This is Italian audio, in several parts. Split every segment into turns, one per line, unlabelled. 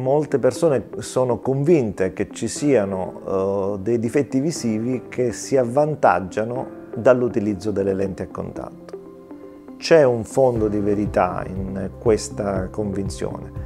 molte persone sono convinte che ci siano dei difetti visivi che si avvantaggiano dall'utilizzo delle lenti a contatto. C'è un fondo di verità in questa convinzione.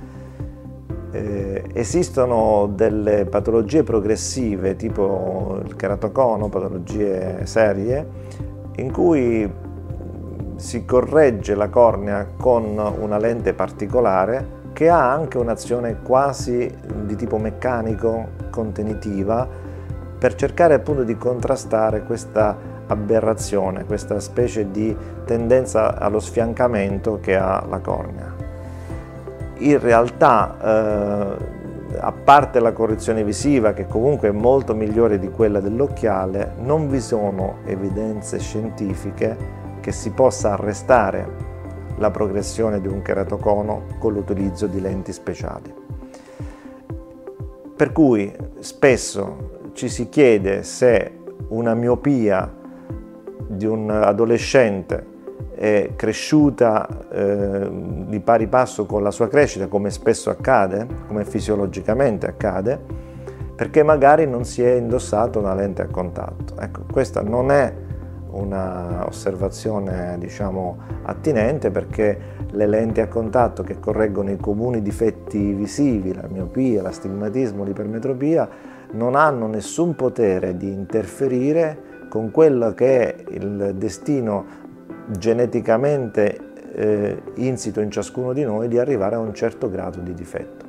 Esistono delle patologie progressive tipo il keratocono, patologie serie, in cui si corregge la cornea con una lente particolare che ha anche un'azione quasi di tipo meccanico, contenitiva, per cercare appunto di contrastare questa aberrazione, questa specie di tendenza allo sfiancamento che ha la cornea. In realtà, a parte la correzione visiva, che comunque è molto migliore di quella dell'occhiale, non vi sono evidenze scientifiche che si possa arrestare la progressione di un keratocono con l'utilizzo di lenti speciali. Per cui spesso ci si chiede se una miopia di un adolescente è cresciuta di pari passo con la sua crescita, come spesso accade, come fisiologicamente accade, perché magari non si è indossato una lente a contatto. Ecco, questa non è una osservazione, diciamo, attinente, perché le lenti a contatto che correggono i comuni difetti visivi, la miopia, l'astigmatismo, l'ipermetropia, non hanno nessun potere di interferire con quello che è il destino geneticamente insito in ciascuno di noi di arrivare a un certo grado di difetto.